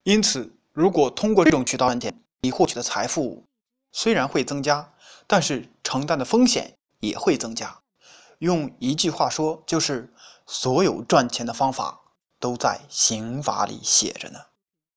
因此，如果通过这种渠道赚钱，你获取的财富虽然会增加，但是承担的风险也会增加。用一句话说，就是所有赚钱的方法都在刑法里写着呢。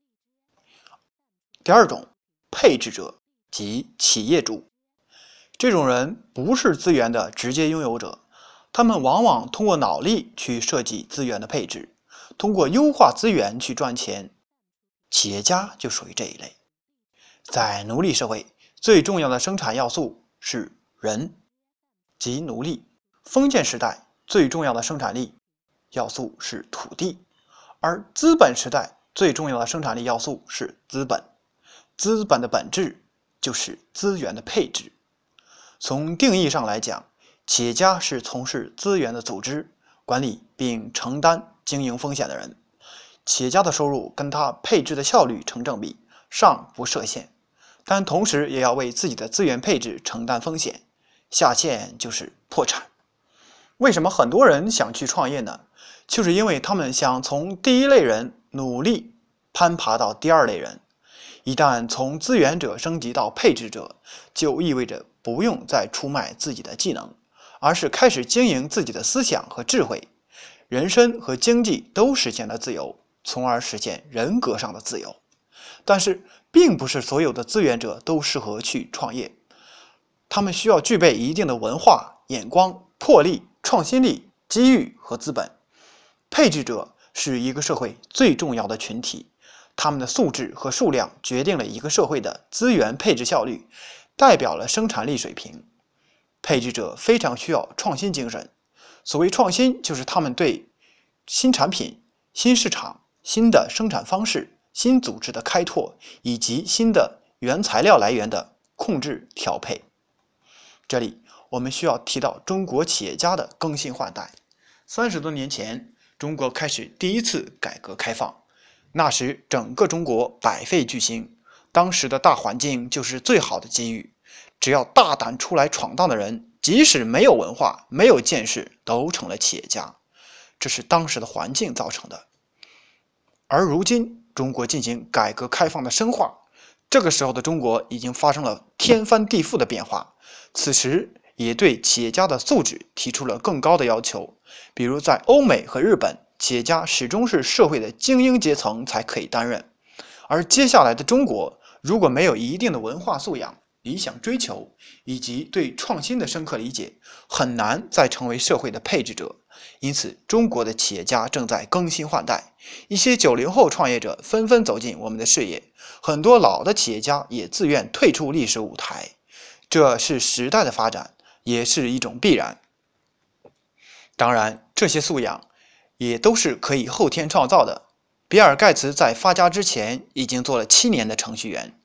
第二种，配置者即企业主。这种人不是资源的直接拥有者，他们往往通过脑力去设计资源的配置，通过优化资源去赚钱。企业家就属于这一类。在奴隶社会，最重要的生产要素是人，即奴隶。封建时代最重要的生产力要素是土地，而资本时代最重要的生产力要素是资本。资本的本质就是资源的配置。从定义上来讲，企业家是从事资源的组织、管理并承担经营风险的人。企业家的收入跟他配置的效率成正比，上不设限，但同时也要为自己的资源配置承担风险，下限就是破产。为什么很多人想去创业呢？就是因为他们想从第一类人努力攀爬到第二类人。一旦从资源者升级到配置者，就意味着不用再出卖自己的技能，而是开始经营自己的思想和智慧，人身和经济都实现了自由，从而实现人格上的自由。但是并不是所有的资源者都适合去创业，他们需要具备一定的文化、眼光、魄力、创新力、机遇和资本。配置者是一个社会最重要的群体，他们的素质和数量决定了一个社会的资源配置效率，代表了生产力水平。配置者非常需要创新精神。所谓创新，就是他们对新产品、新市场、新的生产方式、新组织的开拓以及新的原材料来源的控制调配。这里我们需要提到中国企业家的更新换代。30多年前，中国开始第一次改革开放，那时整个中国百废俱兴，当时的大环境就是最好的机遇。只要大胆出来闯荡的人，即使没有文化、没有见识，都成了企业家。这是当时的环境造成的。而如今，中国进行改革开放的深化，这个时候的中国已经发生了天翻地覆的变化。此时也对企业家的素质提出了更高的要求。比如在欧美和日本，企业家始终是社会的精英阶层才可以担任。而接下来的中国，如果没有一定的文化素养、理想追求以及对创新的深刻理解，很难再成为社会的配置者。因此，中国的企业家正在更新换代，一些90后创业者纷纷走进我们的视野，很多老的企业家也自愿退出历史舞台。这是时代的发展，也是一种必然。当然，这些素养也都是可以后天创造的。比尔·盖茨在发家之前已经做了7年的程序员，